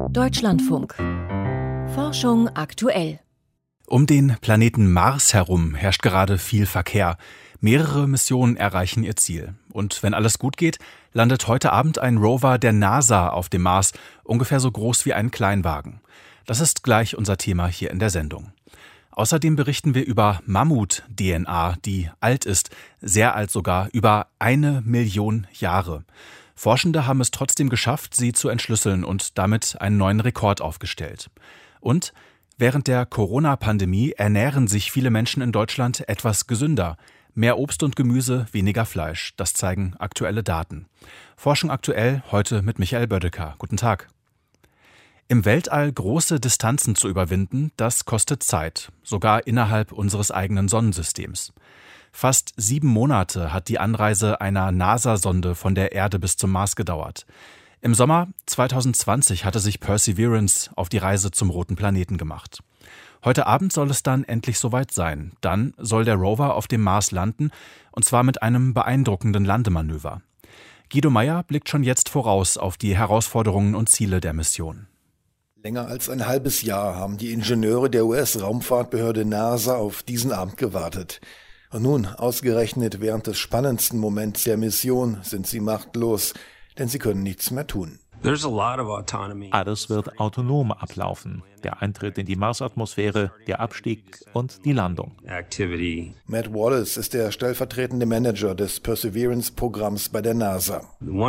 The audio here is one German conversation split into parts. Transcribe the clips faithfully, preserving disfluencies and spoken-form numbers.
Deutschlandfunk. Forschung aktuell. Um den Planeten Mars herum herrscht gerade viel Verkehr. Mehrere Missionen erreichen ihr Ziel. Und wenn alles gut geht, landet heute Abend ein Rover der NASA auf dem Mars, ungefähr so groß wie ein Kleinwagen. Das ist gleich unser Thema hier in der Sendung. Außerdem berichten wir über Mammut-D N A, die alt ist, sehr alt sogar, über eine Million Jahre. Forschende haben es trotzdem geschafft, sie zu entschlüsseln und damit einen neuen Rekord aufgestellt. Und während der Corona-Pandemie ernähren sich viele Menschen in Deutschland etwas gesünder. Mehr Obst und Gemüse, weniger Fleisch. Das zeigen aktuelle Daten. Forschung aktuell, heute mit Michael Bödecker. Guten Tag. Im Weltall große Distanzen zu überwinden, das kostet Zeit, sogar innerhalb unseres eigenen Sonnensystems. Fast sieben Monate hat die Anreise einer NASA-Sonde von der Erde bis zum Mars gedauert. Im Sommer zwanzig zwanzig hatte sich Perseverance auf die Reise zum roten Planeten gemacht. Heute Abend soll es dann endlich soweit sein. Dann soll der Rover auf dem Mars landen, und zwar mit einem beeindruckenden Landemanöver. Guido Meyer blickt schon jetzt voraus auf die Herausforderungen und Ziele der Mission. Länger als ein halbes Jahr haben die Ingenieure der U S-Raumfahrtbehörde NASA auf diesen Abend gewartet. Und nun, ausgerechnet während des spannendsten Moments der Mission, sind sie machtlos, denn sie können nichts mehr tun. Alles wird autonom ablaufen. Der Eintritt in die Marsatmosphäre, der Abstieg und die Landung. Matt Wallace ist der stellvertretende Manager des Perseverance-Programms bei der NASA.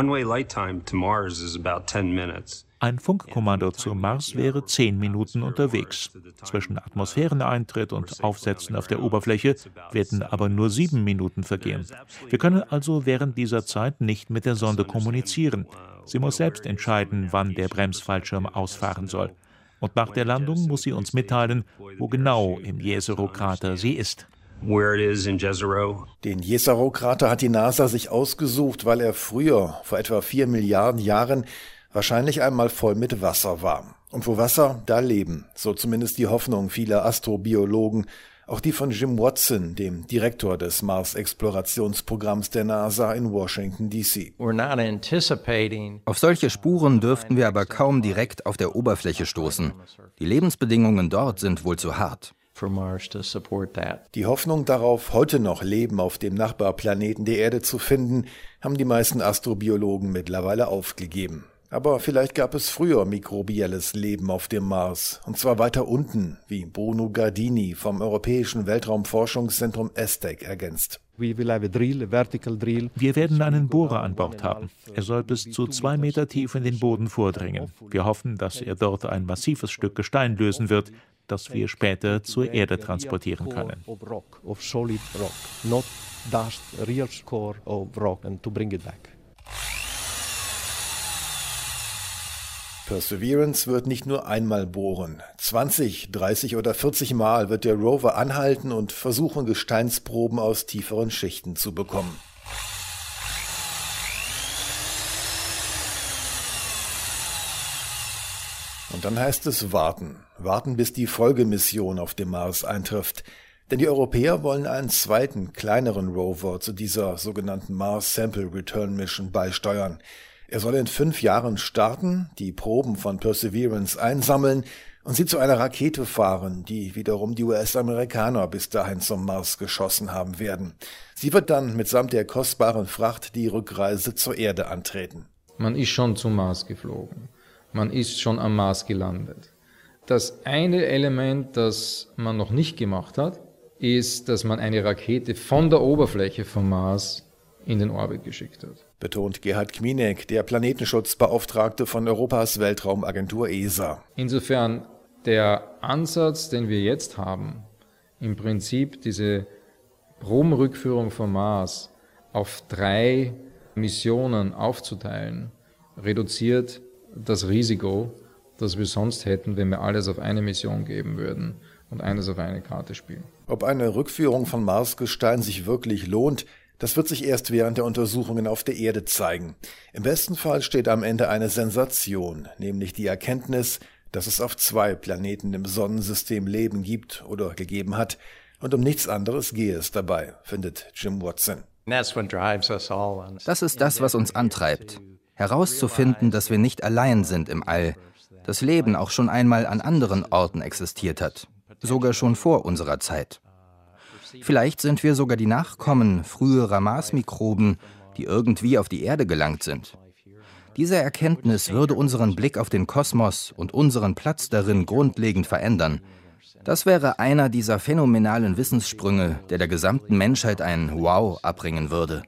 Ein Funkkommando zum Mars wäre zehn Minuten unterwegs. Zwischen Atmosphäreneintritt und Aufsetzen auf der Oberfläche werden aber nur sieben Minuten vergehen. Wir können also während dieser Zeit nicht mit der Sonde kommunizieren. Sie muss selbst entscheiden, wann der Bremsfallschirm ausfahren soll. Und nach der Landung muss sie uns mitteilen, wo genau im Jezero-Krater sie ist. Den Jezero-Krater hat die NASA sich ausgesucht, weil er früher, vor etwa vier Milliarden Jahren, wahrscheinlich einmal voll mit Wasser war. Und wo Wasser, da Leben. So zumindest die Hoffnung vieler Astrobiologen, auch die von Jim Watson, dem Direktor des Mars-Explorationsprogramms der NASA in Washington, D C Auf solche Spuren dürften wir aber kaum direkt auf der Oberfläche stoßen. Die Lebensbedingungen dort sind wohl zu hart. Die Hoffnung darauf, heute noch Leben auf dem Nachbarplaneten der Erde zu finden, haben die meisten Astrobiologen mittlerweile aufgegeben. Aber vielleicht gab es früher mikrobielles Leben auf dem Mars, und zwar weiter unten, wie Bruno Gardini vom Europäischen Weltraumforschungszentrum ESTEC ergänzt. Wir werden einen Bohrer an Bord haben. Er soll bis zu zwei Meter tief in den Boden vordringen. Wir hoffen, dass er dort ein massives Stück Gestein lösen wird, das wir später zur Erde transportieren können. Perseverance wird nicht nur einmal bohren. zwanzig, dreißig oder vierzig Mal wird der Rover anhalten und versuchen, Gesteinsproben aus tieferen Schichten zu bekommen. Und dann heißt es warten. Warten, bis die Folgemission auf dem Mars eintrifft. Denn die Europäer wollen einen zweiten, kleineren Rover zu dieser sogenannten Mars Sample Return Mission beisteuern. Er soll in fünf Jahren starten, die Proben von Perseverance einsammeln und sie zu einer Rakete fahren, die wiederum die U S-Amerikaner bis dahin zum Mars geschossen haben werden. Sie wird dann mitsamt der kostbaren Fracht die Rückreise zur Erde antreten. Man ist schon zum Mars geflogen. Man ist schon am Mars gelandet. Das eine Element, das man noch nicht gemacht hat, ist, dass man eine Rakete von der Oberfläche vom Mars in den Orbit geschickt hat. Betont Gerhard Kminek, der Planetenschutzbeauftragte von Europas Weltraumagentur E S A. Insofern der Ansatz, den wir jetzt haben, im Prinzip diese Probenrückführung vom Mars auf drei Missionen aufzuteilen, reduziert das Risiko, das wir sonst hätten, wenn wir alles auf eine Mission geben würden und eines auf eine Karte spielen. Ob eine Rückführung von Marsgestein sich wirklich lohnt, das wird sich erst während der Untersuchungen auf der Erde zeigen. Im besten Fall steht am Ende eine Sensation, nämlich die Erkenntnis, dass es auf zwei Planeten im Sonnensystem Leben gibt oder gegeben hat. Und um nichts anderes gehe es dabei, findet Jim Watson. Das ist das, was uns antreibt. Herauszufinden, dass wir nicht allein sind im All, dass Leben auch schon einmal an anderen Orten existiert hat, sogar schon vor unserer Zeit. Vielleicht sind wir sogar die Nachkommen früherer Marsmikroben, die irgendwie auf die Erde gelangt sind. Diese Erkenntnis würde unseren Blick auf den Kosmos und unseren Platz darin grundlegend verändern. Das wäre einer dieser phänomenalen Wissenssprünge, der der gesamten Menschheit ein Wow abbringen würde.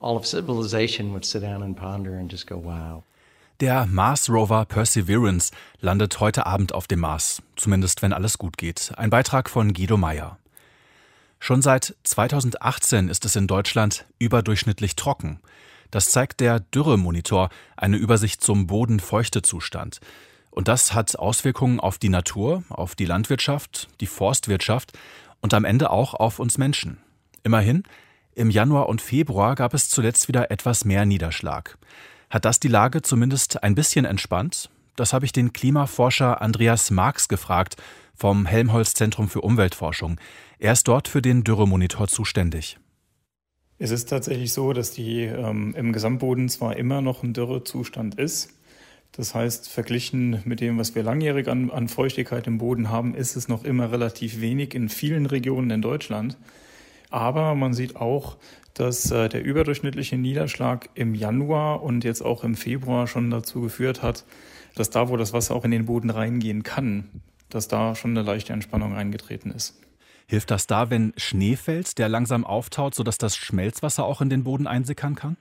Der Mars-Rover Perseverance landet heute Abend auf dem Mars, zumindest wenn alles gut geht. Ein Beitrag von Guido Meyer. Schon seit zweitausendachtzehn ist es in Deutschland überdurchschnittlich trocken. Das zeigt der Dürremonitor, eine Übersicht zum Bodenfeuchtezustand. Und das hat Auswirkungen auf die Natur, auf die Landwirtschaft, die Forstwirtschaft und am Ende auch auf uns Menschen. Immerhin, im Januar und Februar gab es zuletzt wieder etwas mehr Niederschlag. Hat das die Lage zumindest ein bisschen entspannt? Das habe ich den Klimaforscher Andreas Marx gefragt vom Helmholtz-Zentrum für Umweltforschung. Er ist dort für den Dürremonitor zuständig. Es ist tatsächlich so, dass die ähm, im Gesamtboden zwar immer noch ein Dürrezustand ist. Das heißt, verglichen mit dem, was wir langjährig an, an Feuchtigkeit im Boden haben, ist es noch immer relativ wenig in vielen Regionen in Deutschland. Aber man sieht auch, dass äh, der überdurchschnittliche Niederschlag im Januar und jetzt auch im Februar schon dazu geführt hat, dass da, wo das Wasser auch in den Boden reingehen kann, dass da schon eine leichte Entspannung eingetreten ist. Hilft das da, wenn Schnee fällt, der langsam auftaut, sodass das Schmelzwasser auch in den Boden einsickern kann?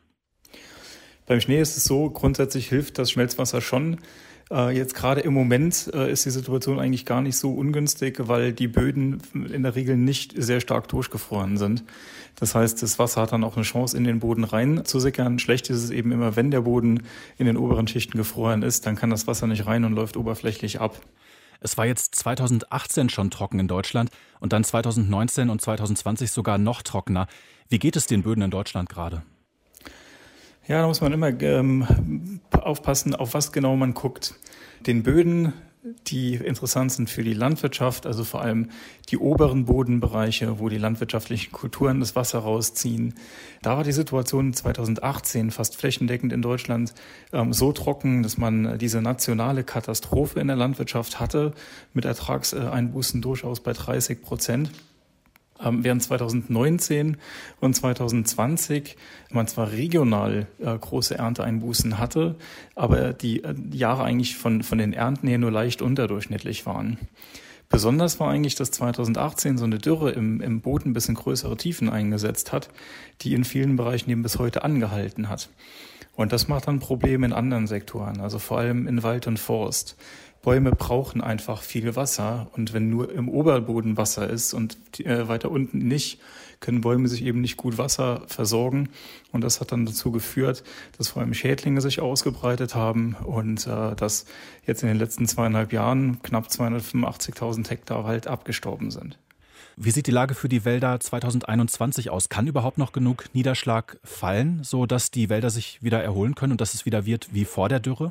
Beim Schnee ist es so, grundsätzlich hilft das Schmelzwasser schon. Äh, jetzt gerade im Moment äh, ist die Situation eigentlich gar nicht so ungünstig, weil die Böden in der Regel nicht sehr stark durchgefroren sind. Das heißt, das Wasser hat dann auch eine Chance, in den Boden reinzusickern. Schlecht ist es eben immer, wenn der Boden in den oberen Schichten gefroren ist, dann kann das Wasser nicht rein und läuft oberflächlich ab. Es war jetzt zweitausendachtzehn schon trocken in Deutschland und dann zweitausendneunzehn und zweitausendzwanzig sogar noch trockener. Wie geht es den Böden in Deutschland gerade? Ja, da muss man immer ähm, aufpassen, auf was genau man guckt. Den Böden, die interessant sind für die Landwirtschaft, also vor allem die oberen Bodenbereiche, wo die landwirtschaftlichen Kulturen das Wasser rausziehen. Da war die Situation zweitausendachtzehn fast flächendeckend in Deutschland ähm, so trocken, dass man diese nationale Katastrophe in der Landwirtschaft hatte, mit Ertragseinbußen durchaus bei dreißig Prozent. Während zweitausendneunzehn und zweitausendzwanzig man zwar regional äh, große Ernteeinbußen hatte, aber die, äh, die Jahre eigentlich von, von den Ernten her nur leicht unterdurchschnittlich waren. Besonders war eigentlich, dass zweitausendachtzehn so eine Dürre im, im Boden bis in größere Tiefen eingesetzt hat, die in vielen Bereichen eben bis heute angehalten hat. Und das macht dann Probleme in anderen Sektoren, also vor allem in Wald und Forst. Bäume brauchen einfach viel Wasser und wenn nur im Oberboden Wasser ist und äh, weiter unten nicht, können Bäume sich eben nicht gut Wasser versorgen und das hat dann dazu geführt, dass vor allem Schädlinge sich ausgebreitet haben und äh, dass jetzt in den letzten zweieinhalb Jahren knapp zweihundertfünfundachtzigtausend Hektar Wald abgestorben sind. Wie sieht die Lage für die Wälder zweitausendeinundzwanzig aus? Kann überhaupt noch genug Niederschlag fallen, sodass die Wälder sich wieder erholen können und dass es wieder wird wie vor der Dürre?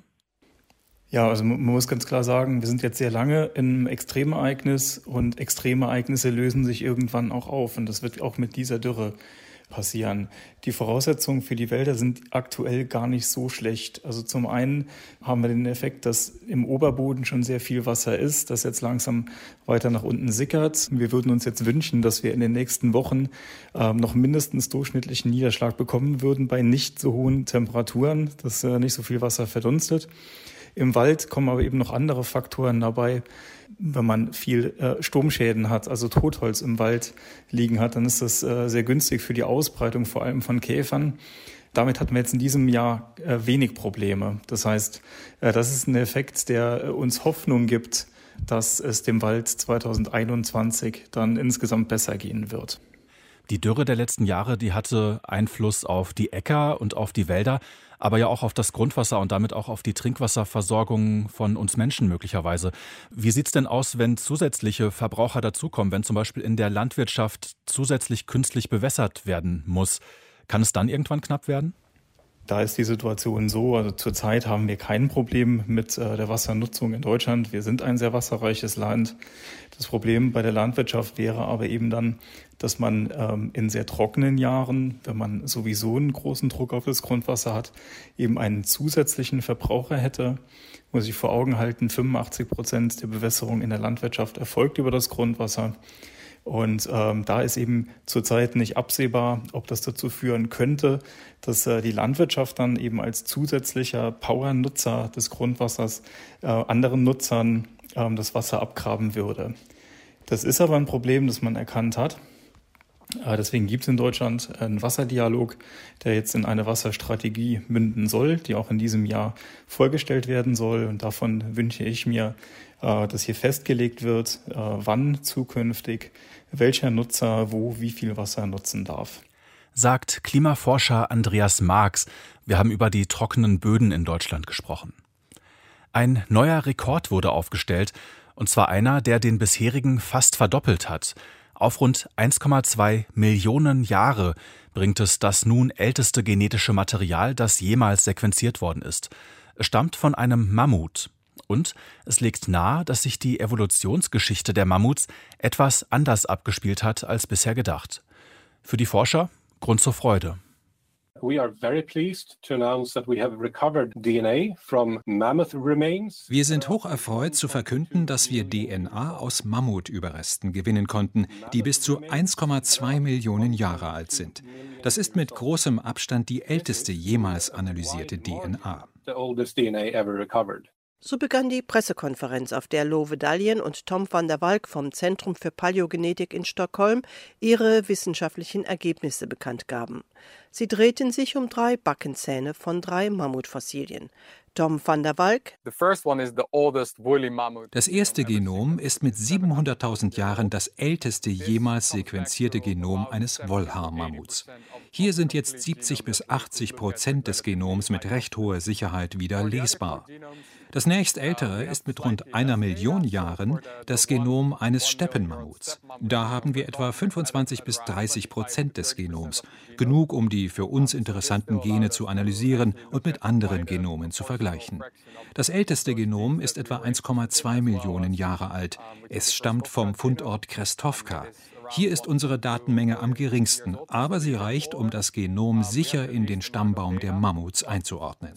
Ja, also man muss ganz klar sagen, wir sind jetzt sehr lange in einem Extremereignis und Extremereignisse lösen sich irgendwann auch auf und das wird auch mit dieser Dürre passieren. Die Voraussetzungen für die Wälder sind aktuell gar nicht so schlecht. Also zum einen haben wir den Effekt, dass im Oberboden schon sehr viel Wasser ist, das jetzt langsam weiter nach unten sickert. Wir würden uns jetzt wünschen, dass wir in den nächsten Wochen äh, noch mindestens durchschnittlichen Niederschlag bekommen würden bei nicht so hohen Temperaturen, dass äh, nicht so viel Wasser verdunstet. Im Wald kommen aber eben noch andere Faktoren dabei. Wenn man viel äh, Sturmschäden hat, also Totholz im Wald liegen hat, dann ist das äh, sehr günstig für die Ausbreitung, vor allem von Käfern. Damit hatten wir jetzt in diesem Jahr äh, wenig Probleme. Das heißt, äh, das ist ein Effekt, der äh, uns Hoffnung gibt, dass es dem Wald zweitausendeinundzwanzig dann insgesamt besser gehen wird. Die Dürre der letzten Jahre, die hatte Einfluss auf die Äcker und auf die Wälder, aber ja auch auf das Grundwasser und damit auch auf die Trinkwasserversorgung von uns Menschen möglicherweise. Wie sieht es denn aus, wenn zusätzliche Verbraucher dazukommen, wenn zum Beispiel in der Landwirtschaft zusätzlich künstlich bewässert werden muss? Kann es dann irgendwann knapp werden? Da ist die Situation so, also zurzeit haben wir kein Problem mit äh, der Wassernutzung in Deutschland. Wir sind ein sehr wasserreiches Land. Das Problem bei der Landwirtschaft wäre aber eben dann, dass man ähm, in sehr trockenen Jahren, wenn man sowieso einen großen Druck auf das Grundwasser hat, eben einen zusätzlichen Verbraucher hätte. Muss ich vor Augen halten, fünfundachtzig Prozent der Bewässerung in der Landwirtschaft erfolgt über das Grundwasser. Und ähm, da ist eben zurzeit nicht absehbar, ob das dazu führen könnte, dass äh, die Landwirtschaft dann eben als zusätzlicher Powernutzer des Grundwassers äh, anderen Nutzern ähm, das Wasser abgraben würde. Das ist aber ein Problem, das man erkannt hat. Äh, deswegen gibt es in Deutschland einen Wasserdialog, der jetzt in eine Wasserstrategie münden soll, die auch in diesem Jahr vorgestellt werden soll. Und davon wünsche ich mir, äh, dass hier festgelegt wird, äh, wann zukünftig welcher Nutzer wo wie viel Wasser nutzen darf. Sagt Klimaforscher Andreas Marx. Wir haben über die trockenen Böden in Deutschland gesprochen. Ein neuer Rekord wurde aufgestellt, und zwar einer, der den bisherigen fast verdoppelt hat. Auf rund eins Komma zwei Millionen Jahre bringt es das nun älteste genetische Material, das jemals sequenziert worden ist. Es stammt von einem Mammut. Und es liegt nahe, dass sich die Evolutionsgeschichte der Mammuts etwas anders abgespielt hat als bisher gedacht. Für die Forscher Grund zur Freude. We are very pleased to announce that we have recovered D N A from mammoth remains. Wir sind hocherfreut zu verkünden, dass wir D N A aus Mammutüberresten gewinnen konnten, die bis zu eins Komma zwei Millionen Jahre alt sind. Das ist mit großem Abstand die älteste jemals analysierte D N A. The oldest D N A ever recovered. So begann die Pressekonferenz, auf der Lowe Daljen und Tom van der Valk vom Zentrum für Paläogenetik in Stockholm ihre wissenschaftlichen Ergebnisse bekannt gaben. Sie drehten sich um drei Backenzähne von drei Mammutfossilien. Tom van der Valk: Das erste Genom ist mit siebenhunderttausend Jahren das älteste jemals sequenzierte Genom eines Wollhaar-Mammuts. Hier sind jetzt siebzig bis achtzig Prozent des Genoms mit recht hoher Sicherheit wieder lesbar. Das nächstältere ist mit rund einer Million Jahren das Genom eines Steppenmammuts. Da haben wir etwa fünfundzwanzig bis dreißig Prozent des Genoms, genug, um die für uns interessanten Gene zu analysieren und mit anderen Genomen zu vergleichen. Das älteste Genom ist etwa eins Komma zwei Millionen Jahre alt. Es stammt vom Fundort Krestovka. Hier ist unsere Datenmenge am geringsten, aber sie reicht, um das Genom sicher in den Stammbaum der Mammuts einzuordnen.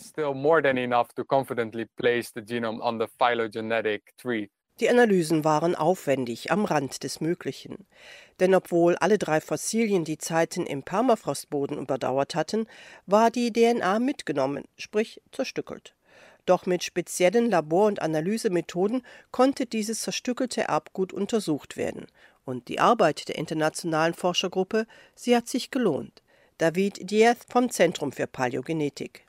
Die Analysen waren aufwendig, am Rand des Möglichen. Denn obwohl alle drei Fossilien die Zeiten im Permafrostboden überdauert hatten, war die D N A mitgenommen, sprich zerstückelt. Doch mit speziellen Labor- und Analysemethoden konnte dieses zerstückelte Erbgut untersucht werden. Und die Arbeit der internationalen Forschergruppe, sie hat sich gelohnt. David Diaz vom Zentrum für Paläogenetik.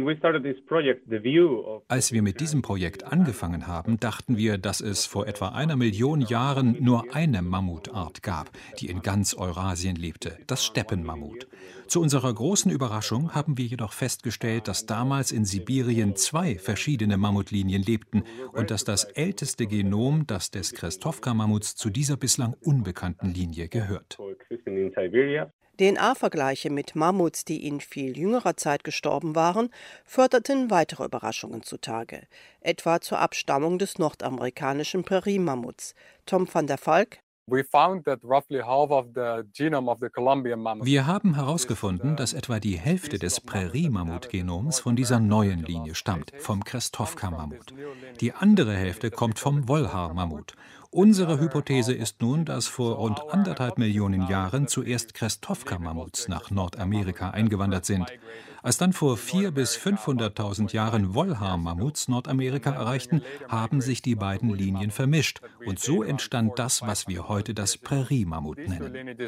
Als wir mit diesem Projekt angefangen haben, dachten wir, dass es vor etwa einer Million Jahren nur eine Mammutart gab, die in ganz Eurasien lebte, das Steppenmammut. Zu unserer großen Überraschung haben wir jedoch festgestellt, dass damals in Sibirien zwei verschiedene Mammutlinien lebten und dass das älteste Genom, das des Krestovka-Mammuts, zu dieser bislang unbekannten Linie gehört. D N A-Vergleiche mit Mammuts, die in viel jüngerer Zeit gestorben waren, förderten weitere Überraschungen zutage, etwa zur Abstammung des nordamerikanischen Prärie-Mammuts. Tom van der Valk: Wir haben herausgefunden, dass etwa die Hälfte des Prärie-Mammut-Genoms von dieser neuen Linie stammt, vom Krestovka-Mammut. Die andere Hälfte kommt vom Wollhaar-Mammut. Unsere Hypothese ist nun, dass vor rund anderthalb Millionen Jahren zuerst Krestovka-Mammuts nach Nordamerika eingewandert sind. Als dann vor vierhunderttausend bis fünfhunderttausend Jahren Wollhaar-Mammuts Nordamerika erreichten, haben sich die beiden Linien vermischt. Und so entstand das, was wir heute das Prärie-Mammut nennen.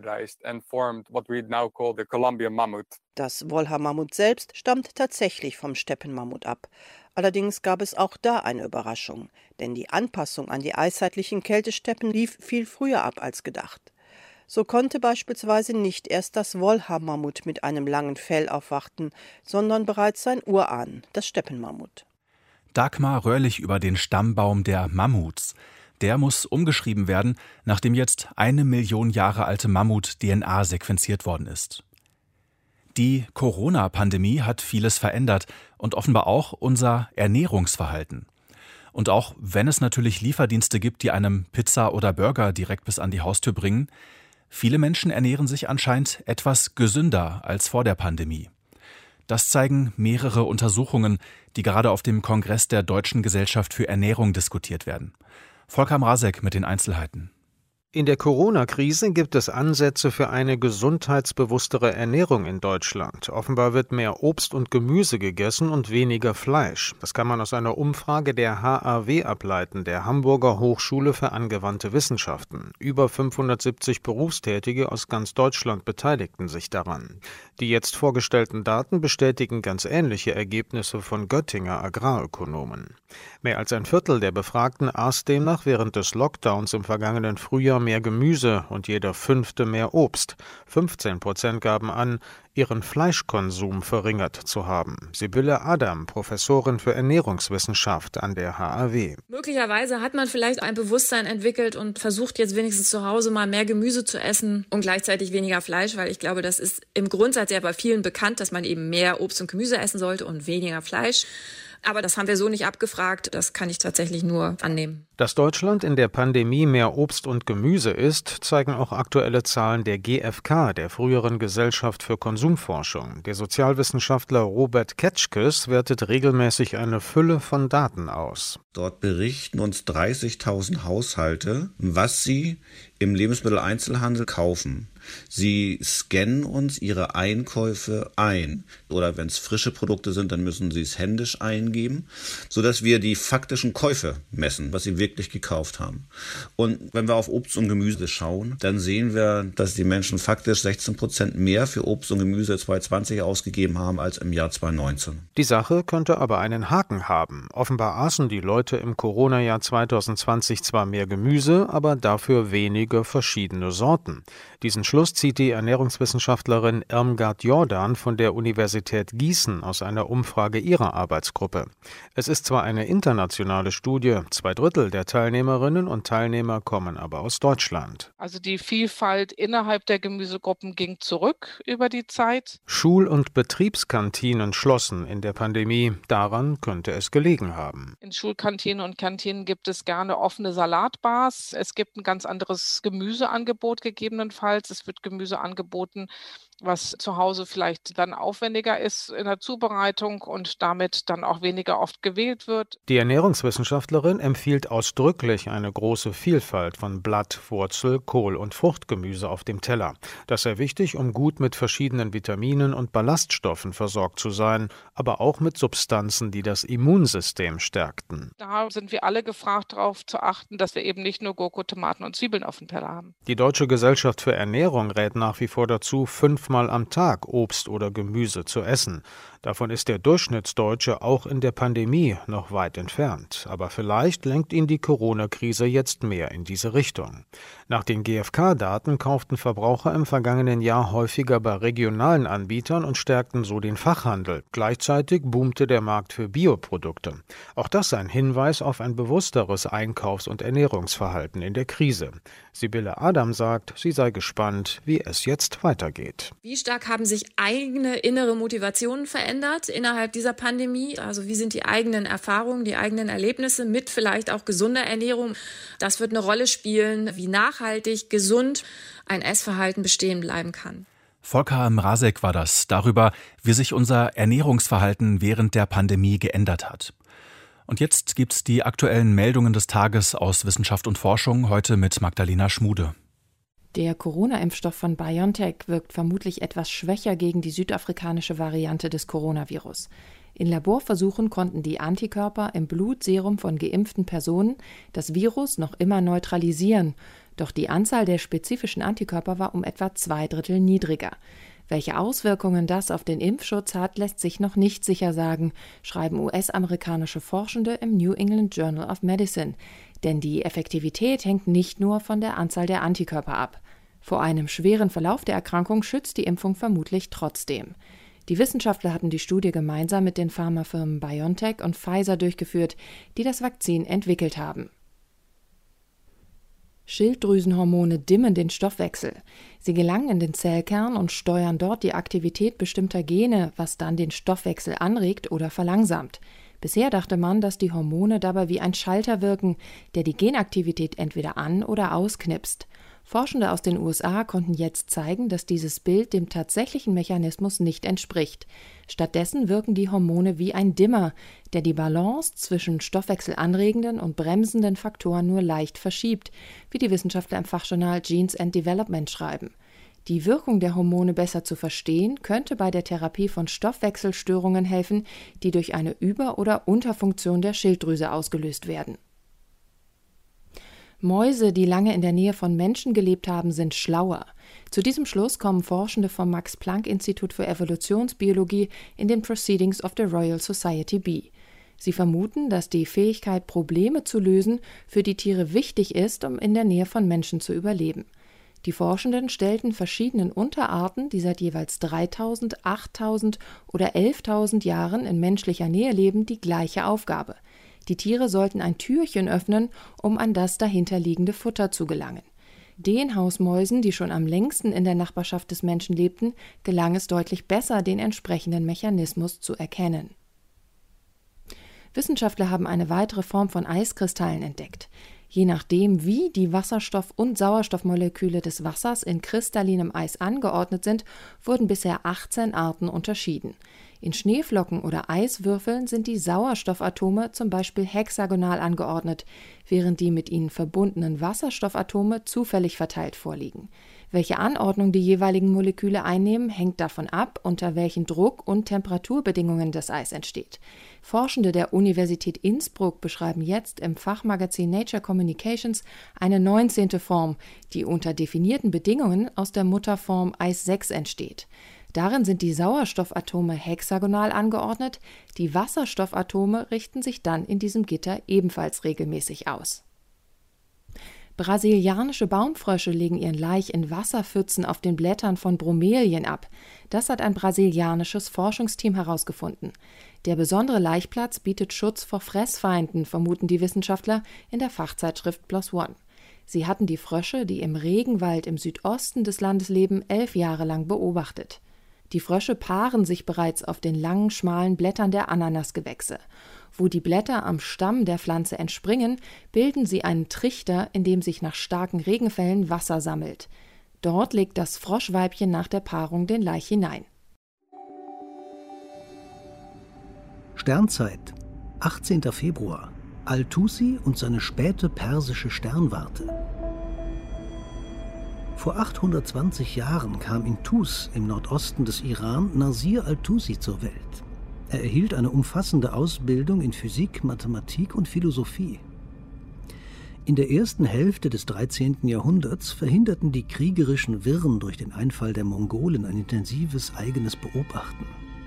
Das Wollhaar-Mammut selbst stammt tatsächlich vom Steppenmammut ab. Allerdings gab es auch da eine Überraschung, denn die Anpassung an die eiszeitlichen Kältesteppen lief viel früher ab als gedacht. So konnte beispielsweise nicht erst das Wollhaar-Mammut mit einem langen Fell aufwarten, sondern bereits sein Urahn, das Steppenmammut. Dagmar Röhrlich über den Stammbaum der Mammuts. Der muss umgeschrieben werden, nachdem jetzt eine Million Jahre alte Mammut-D N A sequenziert worden ist. Die Corona-Pandemie hat vieles verändert und offenbar auch unser Ernährungsverhalten. Und auch wenn es natürlich Lieferdienste gibt, die einem Pizza oder Burger direkt bis an die Haustür bringen, viele Menschen ernähren sich anscheinend etwas gesünder als vor der Pandemie. Das zeigen mehrere Untersuchungen, die gerade auf dem Kongress der Deutschen Gesellschaft für Ernährung diskutiert werden. Volker Mrazek mit den Einzelheiten. In der Corona-Krise gibt es Ansätze für eine gesundheitsbewusstere Ernährung in Deutschland. Offenbar wird mehr Obst und Gemüse gegessen und weniger Fleisch. Das kann man aus einer Umfrage der H A W ableiten, der Hamburger Hochschule für angewandte Wissenschaften. Über fünfhundertsiebzig Berufstätige aus ganz Deutschland beteiligten sich daran. Die jetzt vorgestellten Daten bestätigen ganz ähnliche Ergebnisse von Göttinger Agrarökonomen. Mehr als ein Viertel der Befragten aß demnach während des Lockdowns im vergangenen Frühjahr mehr Gemüse und jeder Fünfte mehr Obst. fünfzehn Prozent gaben an, ihren Fleischkonsum verringert zu haben. Sibylle Adam, Professorin für Ernährungswissenschaft an der H A W. Möglicherweise hat man vielleicht ein Bewusstsein entwickelt und versucht jetzt wenigstens zu Hause mal mehr Gemüse zu essen und gleichzeitig weniger Fleisch, weil ich glaube, das ist im Grundsatz ja bei vielen bekannt, dass man eben mehr Obst und Gemüse essen sollte und weniger Fleisch. Aber das haben wir so nicht abgefragt, das kann ich tatsächlich nur annehmen. Dass Deutschland in der Pandemie mehr Obst und Gemüse isst, zeigen auch aktuelle Zahlen der G F K, der früheren Gesellschaft für Konsumforschung. Der Sozialwissenschaftler Robert Ketschkes wertet regelmäßig eine Fülle von Daten aus. Dort berichten uns dreißigtausend Haushalte, was sie im Lebensmitteleinzelhandel kaufen. Sie scannen uns ihre Einkäufe ein. Oder wenn es frische Produkte sind, dann müssen sie es händisch eingeben, sodass wir die faktischen Käufe messen, was sie wirklich gekauft haben. Und wenn wir auf Obst und Gemüse schauen, dann sehen wir, dass die Menschen faktisch sechzehn Prozent mehr für Obst und Gemüse zwanzig zwanzig ausgegeben haben als im Jahr zwanzig neunzehn. Die Sache könnte aber einen Haken haben. Offenbar aßen die Leute im Corona-Jahr zwanzig zwanzig zwar mehr Gemüse, aber dafür weniger verschiedene Sorten. Diesen Schluss zieht die Ernährungswissenschaftlerin Irmgard Jordan von der Universität Gießen aus einer Umfrage ihrer Arbeitsgruppe. Es ist zwar eine internationale Studie, zwei Drittel der Teilnehmerinnen und Teilnehmer kommen aber aus Deutschland. Also die Vielfalt innerhalb der Gemüsegruppen ging zurück über die Zeit. Schul- und Betriebskantinen schlossen in der Pandemie. Daran könnte es gelegen haben. In Schulkantinen und Kantinen gibt es gerne offene Salatbars. Es gibt ein ganz anderes Gemüseangebot gegebenenfalls. Es wird Gemüse angeboten, was zu Hause vielleicht dann aufwendiger ist in der Zubereitung und damit dann auch weniger oft gewählt wird. Die Ernährungswissenschaftlerin empfiehlt ausdrücklich eine große Vielfalt von Blatt-, Wurzel-, Kohl- und Fruchtgemüse auf dem Teller. Das sei wichtig, um gut mit verschiedenen Vitaminen und Ballaststoffen versorgt zu sein, aber auch mit Substanzen, die das Immunsystem stärkten. Da sind wir alle gefragt, darauf zu achten, dass wir eben nicht nur Gurke, Tomaten und Zwiebeln auf dem Teller haben. Die Deutsche Gesellschaft für Ernährung rät nach wie vor dazu, fünfmal am Tag Obst oder Gemüse zu essen. Davon ist der Durchschnittsdeutsche auch in der Pandemie noch weit entfernt. Aber vielleicht lenkt ihn die Corona-Krise jetzt mehr in diese Richtung. Nach den G F K-Daten kauften Verbraucher im vergangenen Jahr häufiger bei regionalen Anbietern und stärkten so den Fachhandel. Gleichzeitig boomte der Markt für Bioprodukte. Auch das ein Hinweis auf ein bewussteres Einkaufs- und Ernährungsverhalten in der Krise. Sibylle Adam sagt, sie sei gespannt, wie es jetzt weitergeht. Wie stark haben sich eigene innere Motivationen verändert innerhalb dieser Pandemie? Also wie sind die eigenen Erfahrungen, die eigenen Erlebnisse mit vielleicht auch gesunder Ernährung? Das wird eine Rolle spielen, wie nachhaltig, gesund ein Essverhalten bestehen bleiben kann. Volker Mrazek war das, darüber, wie sich unser Ernährungsverhalten während der Pandemie geändert hat. Und jetzt gibt's die aktuellen Meldungen des Tages aus Wissenschaft und Forschung, heute mit Magdalena Schmude. Der Corona-Impfstoff von BioNTech wirkt vermutlich etwas schwächer gegen die südafrikanische Variante des Coronavirus. In Laborversuchen konnten die Antikörper im Blutserum von geimpften Personen das Virus noch immer neutralisieren, doch die Anzahl der spezifischen Antikörper war um etwa zwei Drittel niedriger. Welche Auswirkungen das auf den Impfschutz hat, lässt sich noch nicht sicher sagen, schreiben U S-amerikanische Forschende im New England Journal of Medicine. Denn die Effektivität hängt nicht nur von der Anzahl der Antikörper ab. Vor einem schweren Verlauf der Erkrankung schützt die Impfung vermutlich trotzdem. Die Wissenschaftler hatten die Studie gemeinsam mit den Pharmafirmen BioNTech und Pfizer durchgeführt, die das Vakzin entwickelt haben. Schilddrüsenhormone dimmen den Stoffwechsel. Sie gelangen in den Zellkern und steuern dort die Aktivität bestimmter Gene, was dann den Stoffwechsel anregt oder verlangsamt. Bisher dachte man, dass die Hormone dabei wie ein Schalter wirken, der die Genaktivität entweder an- oder ausknipst. Forschende aus den U S A konnten jetzt zeigen, dass dieses Bild dem tatsächlichen Mechanismus nicht entspricht. Stattdessen wirken die Hormone wie ein Dimmer, der die Balance zwischen stoffwechselanregenden und bremsenden Faktoren nur leicht verschiebt, wie die Wissenschaftler im Fachjournal Genes and Development schreiben. Die Wirkung der Hormone besser zu verstehen, könnte bei der Therapie von Stoffwechselstörungen helfen, die durch eine Über- oder Unterfunktion der Schilddrüse ausgelöst werden. Mäuse, die lange in der Nähe von Menschen gelebt haben, sind schlauer. Zu diesem Schluss kommen Forschende vom Max-Planck-Institut für Evolutionsbiologie in den Proceedings of the Royal Society B. Sie vermuten, dass die Fähigkeit, Probleme zu lösen, für die Tiere wichtig ist, um in der Nähe von Menschen zu überleben. Die Forschenden stellten verschiedenen Unterarten, die seit jeweils dreitausend, achttausend oder elftausend Jahren in menschlicher Nähe leben, die gleiche Aufgabe. Die Tiere sollten ein Türchen öffnen, um an das dahinterliegende Futter zu gelangen. Den Hausmäusen, die schon am längsten in der Nachbarschaft des Menschen lebten, gelang es deutlich besser, den entsprechenden Mechanismus zu erkennen. Wissenschaftler haben eine weitere Form von Eiskristallen entdeckt. Je nachdem, wie die Wasserstoff- und Sauerstoffmoleküle des Wassers in kristallinem Eis angeordnet sind, wurden bisher achtzehn Arten unterschieden. In Schneeflocken oder Eiswürfeln sind die Sauerstoffatome zum Beispiel hexagonal angeordnet, während die mit ihnen verbundenen Wasserstoffatome zufällig verteilt vorliegen. Welche Anordnung die jeweiligen Moleküle einnehmen, hängt davon ab, unter welchen Druck- und Temperaturbedingungen das Eis entsteht. Forschende der Universität Innsbruck beschreiben jetzt im Fachmagazin Nature Communications eine neunzehnte Form, die unter definierten Bedingungen aus der Mutterform Eis sechs entsteht. Darin sind die Sauerstoffatome hexagonal angeordnet, die Wasserstoffatome richten sich dann in diesem Gitter ebenfalls regelmäßig aus. Brasilianische Baumfrösche legen ihren Laich in Wasserpfützen auf den Blättern von Bromelien ab. Das hat ein brasilianisches Forschungsteam herausgefunden. Der besondere Laichplatz bietet Schutz vor Fressfeinden, vermuten die Wissenschaftler in der Fachzeitschrift PLOS ONE. Sie hatten die Frösche, die im Regenwald im Südosten des Landes leben, elf Jahre lang beobachtet. Die Frösche paaren sich bereits auf den langen, schmalen Blättern der Ananasgewächse. Wo die Blätter am Stamm der Pflanze entspringen, bilden sie einen Trichter, in dem sich nach starken Regenfällen Wasser sammelt. Dort legt das Froschweibchen nach der Paarung den Laich hinein. Sternzeit, achtzehnter Februar. Al-Tusi und seine späte persische Sternwarte. Vor achthundertzwanzig Jahren kam in Tus im Nordosten des Iran Nasir al-Tusi zur Welt. Er erhielt eine umfassende Ausbildung in Physik, Mathematik und Philosophie. In der ersten Hälfte des dreizehnten Jahrhunderts verhinderten die kriegerischen Wirren durch den Einfall der Mongolen ein intensives eigenes Beobachten.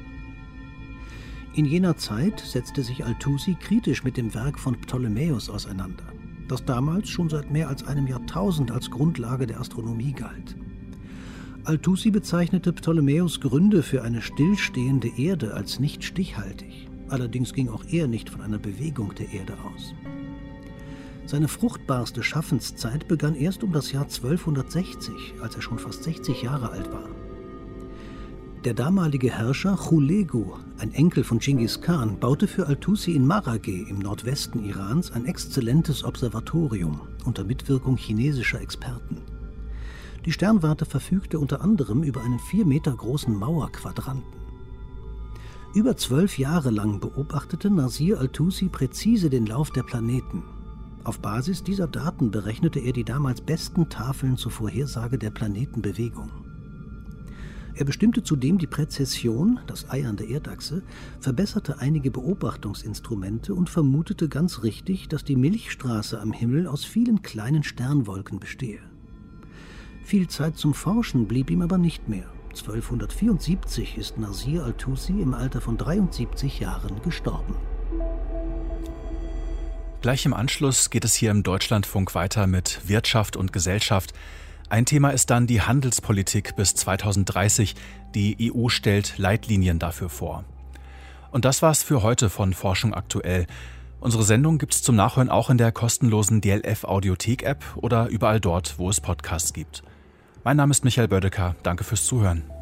In jener Zeit setzte sich al-Tusi kritisch mit dem Werk von Ptolemäus auseinander, das damals schon seit mehr als einem Jahrtausend als Grundlage der Astronomie galt. Al-Tusi bezeichnete Ptolemäus' Gründe für eine stillstehende Erde als nicht stichhaltig. Allerdings ging auch er nicht von einer Bewegung der Erde aus. Seine fruchtbarste Schaffenszeit begann erst um das Jahr zwölfhundertsechzig, als er schon fast sechzig Jahre alt war. Der damalige Herrscher Chulegu, ein Enkel von Dschingis Khan, baute für al-Tusi in Marageh im Nordwesten Irans ein exzellentes Observatorium unter Mitwirkung chinesischer Experten. Die Sternwarte verfügte unter anderem über einen vier Meter großen Mauerquadranten. Über zwölf Jahre lang beobachtete Nasir al-Tusi präzise den Lauf der Planeten. Auf Basis dieser Daten berechnete er die damals besten Tafeln zur Vorhersage der Planetenbewegung. Er bestimmte zudem die Präzession, das Ei an der Erdachse, verbesserte einige Beobachtungsinstrumente und vermutete ganz richtig, dass die Milchstraße am Himmel aus vielen kleinen Sternwolken bestehe. Viel Zeit zum Forschen blieb ihm aber nicht mehr. zwölfhundertvierundsiebzig ist Nasir al-Tusi im Alter von dreiundsiebzig Jahren gestorben. Gleich im Anschluss geht es hier im Deutschlandfunk weiter mit Wirtschaft und Gesellschaft. Ein Thema ist dann die Handelspolitik bis zweitausenddreißig. Die E U stellt Leitlinien dafür vor. Und das war's für heute von Forschung aktuell. Unsere Sendung gibt's zum Nachhören auch in der kostenlosen D L F Audiothek-App oder überall dort, wo es Podcasts gibt. Mein Name ist Michael Bödecker. Danke fürs Zuhören.